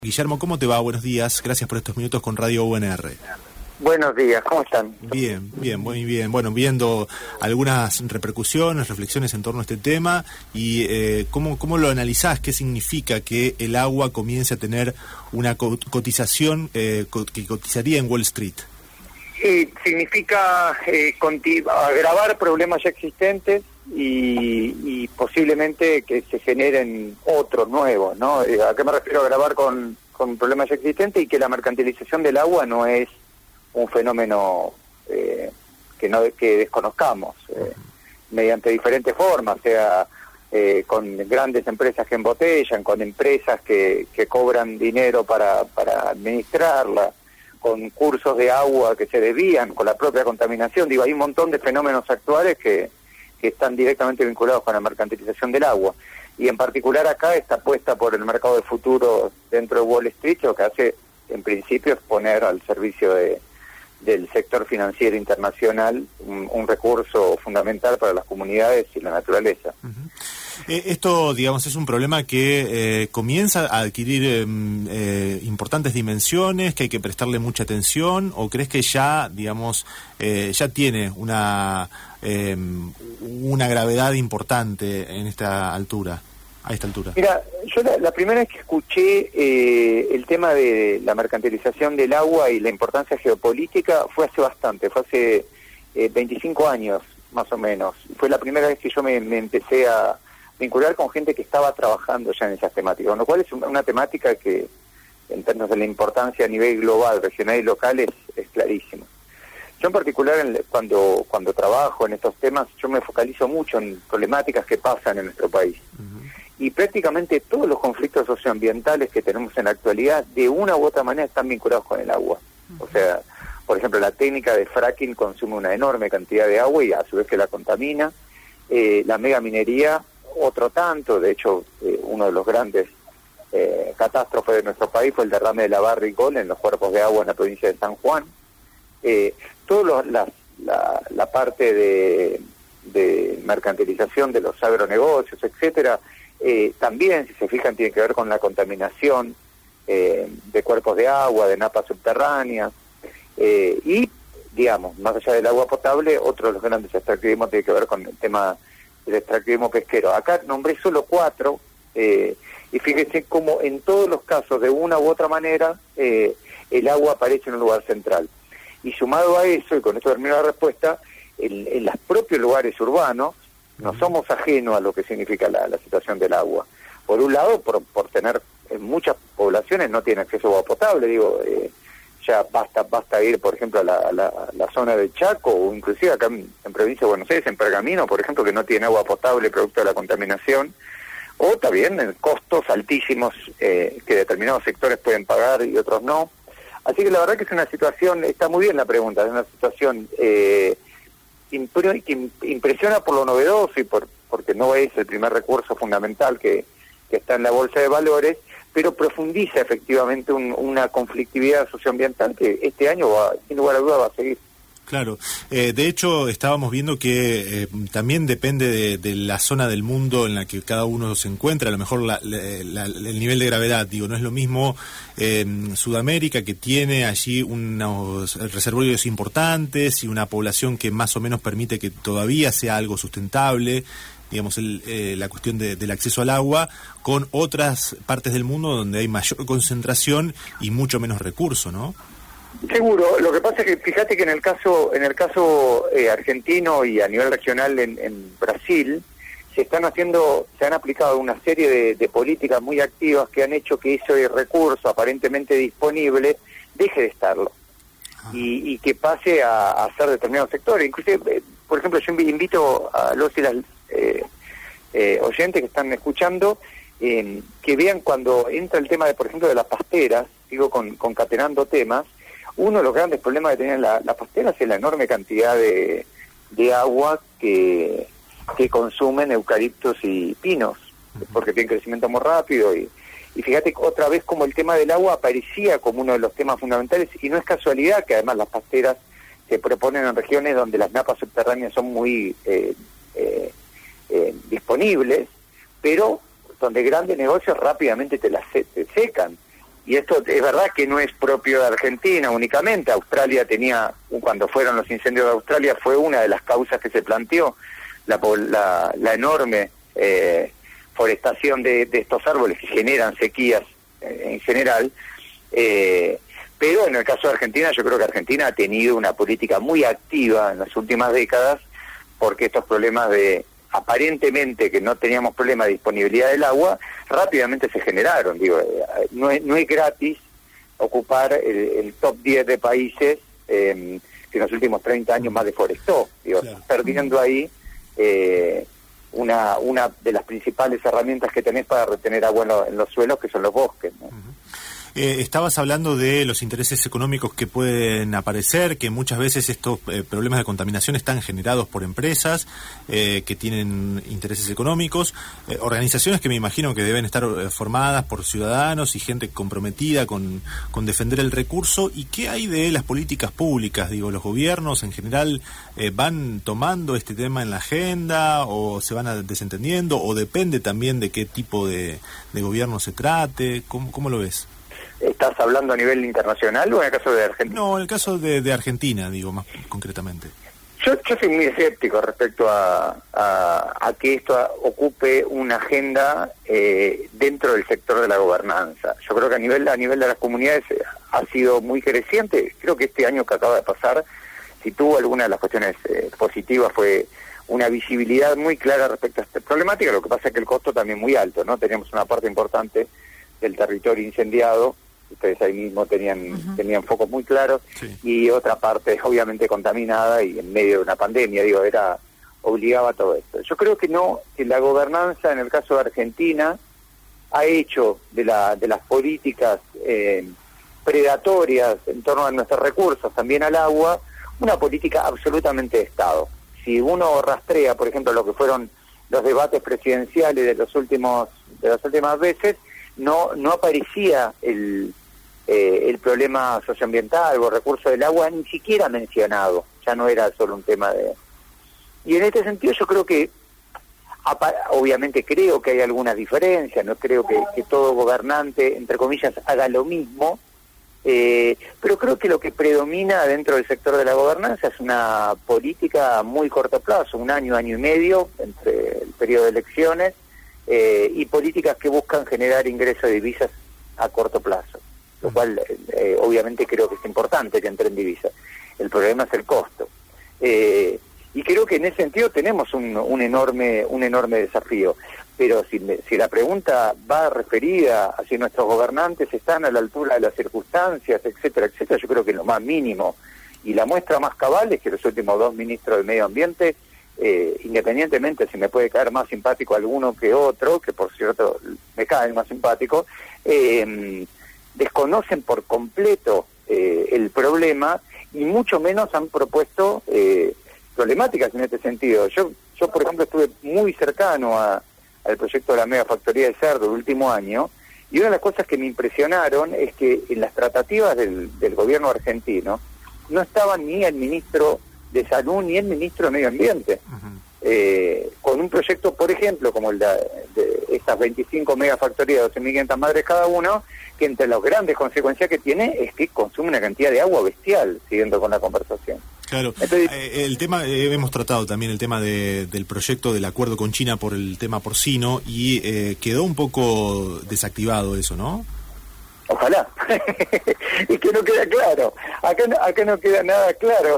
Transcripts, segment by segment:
Guillermo, ¿cómo te va? Buenos días. Gracias por estos minutos con Radio UNR. Buenos días, ¿cómo están? Bien, muy bien. Bueno, viendo algunas repercusiones, reflexiones en torno a este tema y ¿cómo lo analizás? ¿Qué significa que el agua comience a tener una cotización que cotizaría en Wall Street? Significa agravar problemas ya existentes y posiblemente que se generen otros nuevos, ¿no? ¿A qué me refiero agravar con problemas ya existentes? Y que la mercantilización del agua no es un fenómeno que desconozcamos, mediante diferentes formas, sea con grandes empresas que embotellan, con empresas que cobran dinero para administrarla, con cursos de agua que se desvían, con la propia contaminación. Digo, hay un montón de fenómenos actuales que están directamente vinculados con la mercantilización del agua. Y en particular acá esta apuesta por el mercado de futuro dentro de Wall Street, lo que hace en principio es poner al servicio del sector financiero internacional un recurso fundamental para las comunidades y la naturaleza. Uh-huh. Esto, digamos, es un problema que comienza a adquirir importantes dimensiones, que hay que prestarle mucha atención, ¿o crees que ya, digamos, ya tiene una gravedad importante en esta altura? A esta altura. Mira, yo la primera vez que escuché el tema de la mercantilización del agua y la importancia geopolítica fue hace 25 años más o menos. Fue la primera vez que yo me empecé a vincular con gente que estaba trabajando ya en esas temáticas, con lo cual es una temática que en términos de la importancia a nivel global, regional y local es clarísima. Yo en particular cuando trabajo en estos temas, yo me focalizo mucho en problemáticas que pasan en nuestro país. Uh-huh. Y prácticamente todos los conflictos socioambientales que tenemos en la actualidad, de una u otra manera, están vinculados con el agua. Uh-huh. O sea, por ejemplo, la técnica de fracking consume una enorme cantidad de agua y a su vez que la contamina. La megaminería, otro tanto. De hecho, uno de los grandes catástrofes de nuestro país fue el derrame de la Barricol en los cuerpos de agua en la provincia de San Juan. La parte de mercantilización de los agronegocios, etcétera, también, si se fijan, tiene que ver con la contaminación de cuerpos de agua, de napas subterráneas, y, digamos, más allá del agua potable, otro de los grandes extractivismos tiene que ver con el tema del extractivismo pesquero. Acá nombré solo 4, y fíjense cómo en todos los casos, de una u otra manera, el agua aparece en un lugar central. Y sumado a eso, y con esto termino la respuesta, en los propios lugares urbanos, no somos ajenos a lo que significa la situación del agua. Por un lado, por tener muchas poblaciones no tienen acceso a agua potable, ya basta ir, por ejemplo, a la zona del Chaco, o inclusive acá en provincia de Buenos Aires, en Pergamino, por ejemplo, que no tiene agua potable producto de la contaminación, o también en costos altísimos que determinados sectores pueden pagar y otros no. Así que la verdad que es una situación, está muy bien la pregunta, es una situación que impresiona por lo novedoso y porque no es el primer recurso fundamental que está en la bolsa de valores, pero profundiza efectivamente una conflictividad socioambiental que este año, sin lugar a duda, va a seguir. Claro. De hecho, estábamos viendo que también depende de la zona del mundo en la que cada uno se encuentra, a lo mejor el nivel de gravedad. Digo, no es lo mismo Sudamérica, que tiene allí unos reservorios importantes y una población que más o menos permite que todavía sea algo sustentable, digamos, la cuestión del acceso al agua, con otras partes del mundo donde hay mayor concentración y mucho menos recurso, ¿no? Seguro. Lo que pasa es que fíjate que en el caso argentino y a nivel regional en Brasil se han aplicado una serie de políticas muy activas que han hecho que ese recurso aparentemente disponible deje de estarlo y que pase a ser determinados sectores. Inclusive, por ejemplo, yo invito a los y las oyentes que están escuchando que vean cuando entra el tema de, por ejemplo, de las pasteras, concatenando temas. Uno de los grandes problemas que tienen las pasteras es la enorme cantidad de agua que consumen eucaliptos y pinos, porque tienen crecimiento muy rápido. Y fíjate otra vez como el tema del agua aparecía como uno de los temas fundamentales, y no es casualidad que además las pasteras se proponen en regiones donde las napas subterráneas son muy disponibles, pero donde grandes negocios rápidamente te secan. y esto es verdad que no es propio de Argentina únicamente. Australia tenía, cuando fueron los incendios de Australia, fue una de las causas que se planteó, la enorme forestación de estos árboles que generan sequías en general. Pero en el caso de Argentina, yo creo que Argentina ha tenido una política muy activa en las últimas décadas, porque estos problemas aparentemente que no teníamos problema de disponibilidad del agua, rápidamente se generaron. Digo, no es gratis ocupar el top 10 de países que en los últimos 30 años más deforestó. Digo, claro. Perdiendo ahí una de las principales herramientas que tenés para retener agua en los suelos, que son los bosques, ¿no? Estabas hablando de los intereses económicos que pueden aparecer, que muchas veces estos problemas de contaminación están generados por empresas que tienen intereses económicos, organizaciones que me imagino que deben estar formadas por ciudadanos y gente comprometida con defender el recurso. ¿Y qué hay de las políticas públicas? Digo, ¿los gobiernos en general van tomando este tema en la agenda o se van desentendiendo, o depende también de qué tipo de gobierno se trate? ¿Cómo lo ves? ¿Estás hablando a nivel internacional o en el caso de Argentina? No, en el caso de Argentina, digo, más concretamente. Yo soy muy escéptico respecto a que esto ocupe una agenda dentro del sector de la gobernanza. Yo creo que a nivel de las comunidades ha sido muy creciente. Creo que este año que acaba de pasar, si tuvo alguna de las cuestiones positivas, fue una visibilidad muy clara respecto a esta problemática. Lo que pasa es que el costo también muy alto, ¿no? Teníamos una parte importante del territorio incendiado, ustedes ahí mismo tenían focos muy claros, sí. Y otra parte obviamente contaminada y en medio de una pandemia, digo, obligaba a todo esto. Yo creo que la gobernanza en el caso de Argentina ha hecho de las políticas predatorias en torno a nuestros recursos, también al agua, una política absolutamente de Estado. Si uno rastrea, por ejemplo, lo que fueron los debates presidenciales de las últimas veces, no aparecía el problema socioambiental o recurso del agua ni siquiera mencionado, ya no era solo un tema de... Y en este sentido yo creo que, obviamente creo que hay algunas diferencias, no creo que todo gobernante, entre comillas, haga lo mismo, pero creo que lo que predomina dentro del sector de la gobernanza es una política a muy corto plazo, un año y medio, entre el periodo de elecciones, y políticas que buscan generar ingresos de divisas a corto plazo, lo cual obviamente creo que es importante que entre en divisas. El problema es el costo. Y creo que en ese sentido tenemos un enorme desafío. Pero si la pregunta va referida a si nuestros gobernantes están a la altura de las circunstancias, etcétera, etcétera, yo creo que lo más mínimo. Y la muestra más cabal es que los últimos 2 ministros del Medio Ambiente, independientemente si me puede caer más simpático alguno que otro, que por cierto me caen más simpático, desconocen por completo el problema y mucho menos han propuesto problemáticas en este sentido. Yo por ejemplo estuve muy cercano al proyecto de la megafactoría de cerdo el último año, y una de las cosas que me impresionaron es que en las tratativas del gobierno argentino no estaban ni el ministro de Salud ni el ministro de Medio Ambiente. Con un proyecto, por ejemplo, como el de estas 25 megafactorías de 12.500 madres cada uno, que entre las grandes consecuencias que tiene es que consume una cantidad de agua bestial, siguiendo con la conversación. Claro, entonces, el tema, hemos tratado también el tema del proyecto del acuerdo con China por el tema porcino, y quedó un poco desactivado eso, ¿no? Ojalá. Y que no queda claro. Acá no queda nada claro.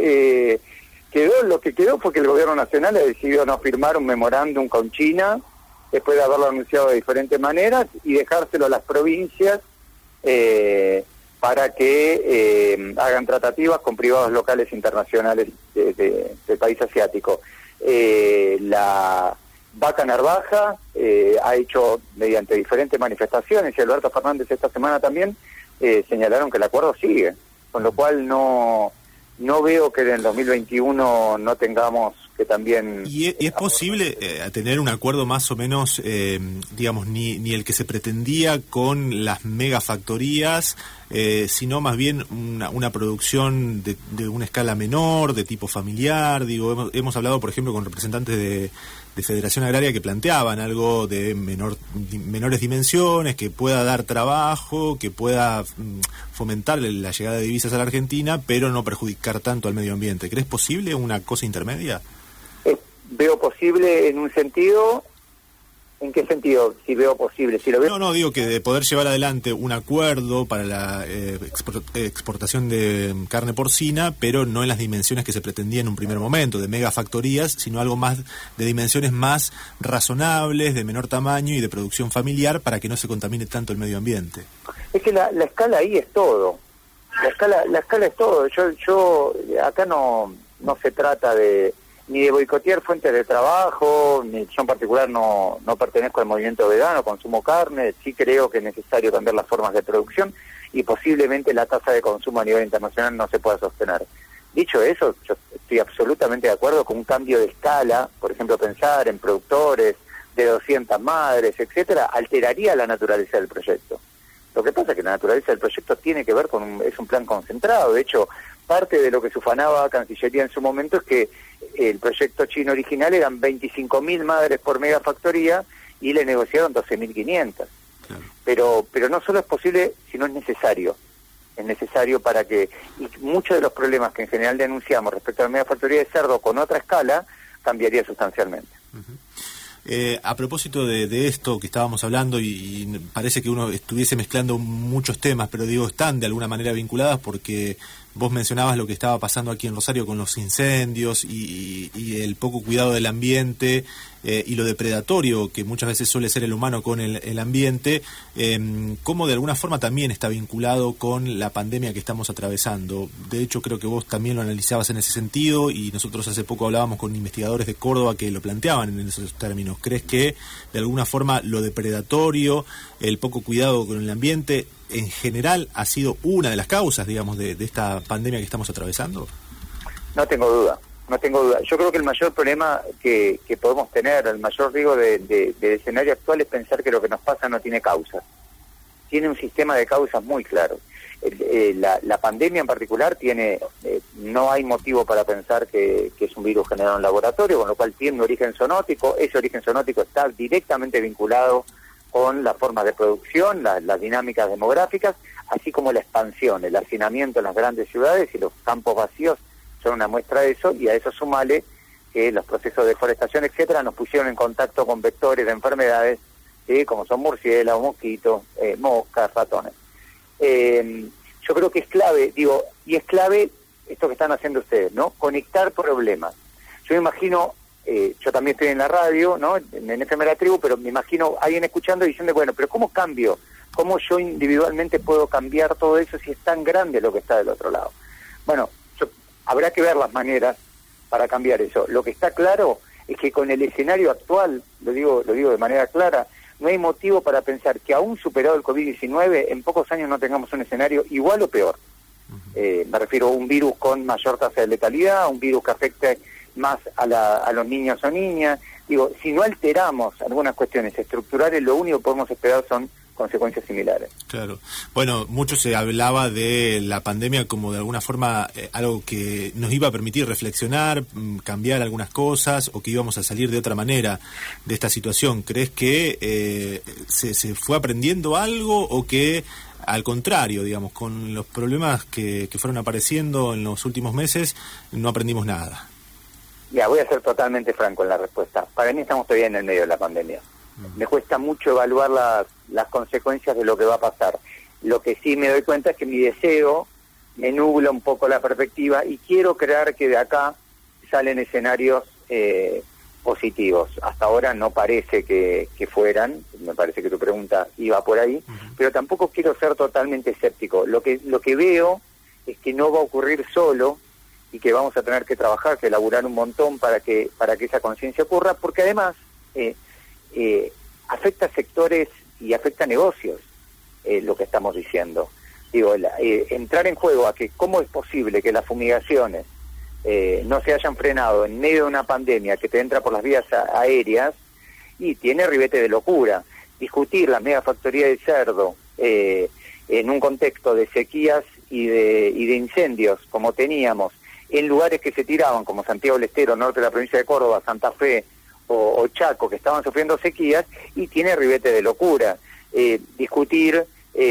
Lo que quedó fue que el gobierno nacional ha decidido no firmar un memorándum con China, después de haberlo anunciado de diferentes maneras, y dejárselo a las provincias para que hagan tratativas con privados locales internacionales del país asiático. La Vaca Narvaja ha hecho, mediante diferentes manifestaciones, y Alberto Fernández esta semana también, señalaron que el acuerdo sigue, con lo cual no veo que en el 2021 no tengamos que también... ¿Y es posible tener un acuerdo más o menos, digamos, ni el que se pretendía con las megafactorías, sino más bien una producción de una escala menor, de tipo familiar? Digo, hemos hablado, por ejemplo, con representantes Federación Agraria que planteaban algo de menores dimensiones, que pueda dar trabajo, que pueda fomentar la llegada de divisas a la Argentina, pero no perjudicar tanto al medio ambiente. ¿Crees posible una cosa intermedia? Veo posible en un sentido. ¿En qué sentido? Si veo posible, si lo veo... No, digo que de poder llevar adelante un acuerdo para la exportación de carne porcina, pero no en las dimensiones que se pretendía en un primer momento, de megafactorías, sino algo más de dimensiones más razonables, de menor tamaño y de producción familiar para que no se contamine tanto el medio ambiente. Es que la escala ahí es todo. La escala es todo. Yo acá no se trata ni de boicotear fuentes de trabajo, ni yo en particular no pertenezco al movimiento vegano, consumo carne, sí creo que es necesario cambiar las formas de producción y posiblemente la tasa de consumo a nivel internacional no se pueda sostener. Dicho eso, yo estoy absolutamente de acuerdo con un cambio de escala, por ejemplo pensar en productores de 200 madres, etcétera, alteraría la naturaleza del proyecto. Lo que pasa es que la naturaleza del proyecto tiene que ver es un plan concentrado. De hecho, parte de lo que se ufanaba Cancillería en su momento es que el proyecto chino original eran 25.000 madres por megafactoría y le negociaron 12.500. Claro. Pero no solo es posible, sino es necesario. Es necesario para que... Y muchos de los problemas que en general denunciamos respecto a la megafactoría de cerdo con otra escala cambiaría sustancialmente. Uh-huh. A propósito de esto que estábamos hablando, y parece que uno estuviese mezclando muchos temas, pero digo, están de alguna manera vinculadas porque vos mencionabas lo que estaba pasando aquí en Rosario con los incendios y el poco cuidado del ambiente y lo depredatorio que muchas veces suele ser el humano con el ambiente, cómo de alguna forma también está vinculado con la pandemia que estamos atravesando. De hecho, creo que vos también lo analizabas en ese sentido y nosotros hace poco hablábamos con investigadores de Córdoba que lo planteaban en esos términos. ¿Crees que de alguna forma lo depredatorio, el poco cuidado con el ambiente, en general ha sido una de las causas, digamos, de esta pandemia que estamos atravesando? No tengo duda. Yo creo que el mayor problema que podemos tener, el mayor riesgo del escenario actual es pensar que lo que nos pasa no tiene causas. Tiene un sistema de causas muy claro. La pandemia en particular no hay motivo para pensar que es un virus generado en laboratorio, con lo cual tiene origen zoonótico. Ese origen zoonótico está directamente vinculado con las formas de producción, las dinámicas demográficas, así como la expansión, el hacinamiento en las grandes ciudades y los campos vacíos son una muestra de eso, y a eso sumale que los procesos de deforestación, etcétera, nos pusieron en contacto con vectores de enfermedades, ¿sí? Como son murciélagos, mosquitos, moscas, ratones. Yo creo que es clave, y es clave esto que están haciendo ustedes, ¿no? Conectar problemas. Yo me imagino, yo también estoy en la radio, ¿no? En FM La Tribu, pero me imagino a alguien escuchando y diciendo, bueno, pero ¿cómo cambio? ¿Cómo yo individualmente puedo cambiar todo eso si es tan grande lo que está del otro lado? Bueno, habrá que ver las maneras para cambiar eso. Lo que está claro es que con el escenario actual, lo digo de manera clara, no hay motivo para pensar que aún superado el COVID-19, en pocos años no tengamos un escenario igual o peor. Me refiero a un virus con mayor tasa de letalidad, un virus que afecte más a los niños o niñas. Si no alteramos algunas cuestiones estructurales, lo único que podemos esperar son consecuencias similares. Claro. Bueno, mucho se hablaba de la pandemia como de alguna forma algo que nos iba a permitir reflexionar, cambiar algunas cosas, o que íbamos a salir de otra manera de esta situación. ¿Crees que se fue aprendiendo algo, o que al contrario, digamos, con los problemas que fueron apareciendo en los últimos meses, no aprendimos nada? Ya, voy a ser totalmente franco en la respuesta. Para mí estamos todavía en el medio de la pandemia. Me cuesta mucho evaluar las consecuencias de lo que va a pasar. Lo que sí me doy cuenta es que mi deseo me nubla un poco la perspectiva y quiero creer que de acá salen escenarios positivos. Hasta ahora no parece que fueran, me parece que tu pregunta iba por ahí, pero tampoco quiero ser totalmente escéptico. Lo que veo es que no va a ocurrir solo y que vamos a tener que trabajar, que elaborar un montón para que esa conciencia ocurra, porque además afecta a sectores y afecta a negocios, lo que estamos diciendo. Entrar en juego a que cómo es posible que las fumigaciones no se hayan frenado en medio de una pandemia que te entra por las vías aéreas, y tiene ribete de locura. Discutir la megafactoría de cerdo en un contexto de sequías y de incendios como teníamos en lugares que se tiraban, como Santiago del Estero, norte de la provincia de Córdoba, Santa Fe o Chaco, que estaban sufriendo sequías, y tiene ribete de locura. Discutir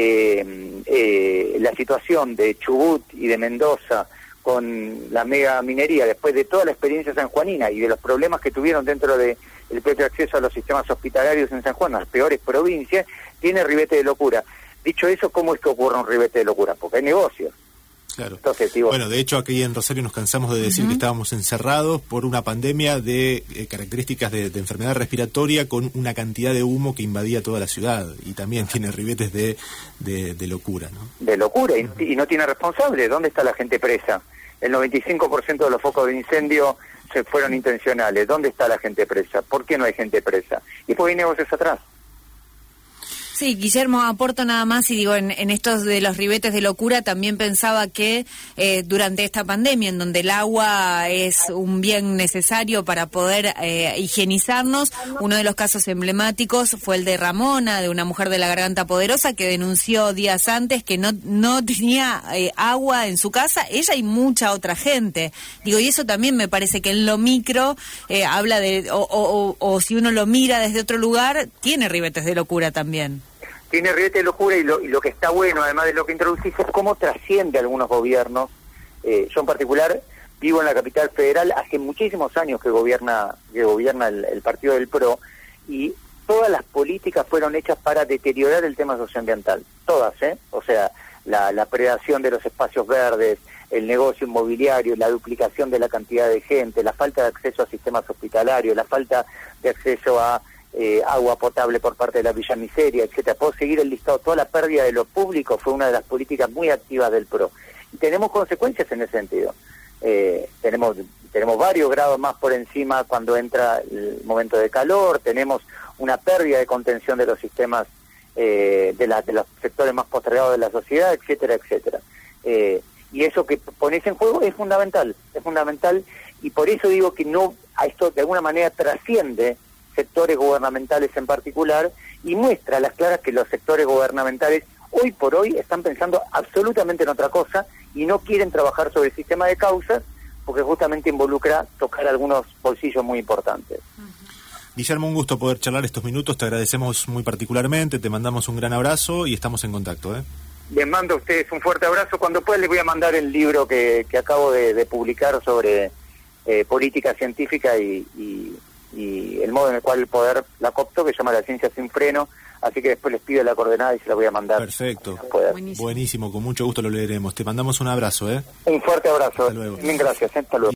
la situación de Chubut y de Mendoza con la mega minería, después de toda la experiencia sanjuanina y de los problemas que tuvieron dentro del propio acceso a los sistemas hospitalarios en San Juan, las peores provincias, tiene ribete de locura. Dicho eso, ¿cómo es que ocurre un ribete de locura? Porque hay negocios. Claro. Entonces, digo, bueno, de hecho aquí en Rosario nos cansamos de decir que estábamos encerrados por una pandemia de características de enfermedad respiratoria con una cantidad de humo que invadía toda la ciudad y también tiene ribetes de locura, ¿no? De locura, y no tiene responsable. ¿Dónde está la gente presa? El 95% de los focos de incendio se fueron intencionales. ¿Dónde está la gente presa? ¿Por qué no hay gente presa? Y pues hay negocios atrás. Sí, Guillermo, aporto nada más y digo, en estos de los ribetes de locura también pensaba que durante esta pandemia, en donde el agua es un bien necesario para poder higienizarnos, uno de los casos emblemáticos fue el de Ramona, de una mujer de la Garganta Poderosa que denunció días antes que no tenía agua en su casa, ella y mucha otra gente. Digo, y eso también me parece que en lo micro habla de, o si uno lo mira desde otro lugar, tiene ribetes de locura también. Tiene ribete de locura y lo que está bueno, además de lo que introducís, es cómo trasciende algunos gobiernos. Yo en particular vivo en la capital federal, hace muchísimos años que gobierna el partido del PRO, y todas las políticas fueron hechas para deteriorar el tema socioambiental, todas, o sea, la predación de los espacios verdes, el negocio inmobiliario, la duplicación de la cantidad de gente, la falta de acceso a sistemas hospitalarios, la falta de acceso a agua potable por parte de la Villa Miseria, etcétera. Puedo seguir el listado. Toda la pérdida de lo público fue una de las políticas muy activas del PRO. Y tenemos consecuencias en ese sentido. Tenemos varios grados más por encima cuando entra el momento de calor, tenemos una pérdida de contención de los sistemas de los sectores más postergados de la sociedad, etcétera, etcétera. Y eso que pones en juego es fundamental, y por eso digo que a esto de alguna manera trasciende sectores gubernamentales en particular, y muestra a las claras que los sectores gubernamentales hoy por hoy están pensando absolutamente en otra cosa y no quieren trabajar sobre el sistema de causas, porque justamente involucra tocar algunos bolsillos muy importantes. Guillermo, un gusto poder charlar estos minutos, te agradecemos muy particularmente, te mandamos un gran abrazo y estamos en contacto. Les mando a ustedes un fuerte abrazo. Cuando pueda les voy a mandar el libro que acabo de publicar sobre política científica y el modo en el cual el poder la cooptó, que se llama La Ciencia Sin Freno, así que después les pido la coordenada y se la voy a mandar. Perfecto, buenísimo, con mucho gusto lo leeremos. Te mandamos un abrazo. Un fuerte abrazo. Hasta luego. Bien, gracias, hasta luego.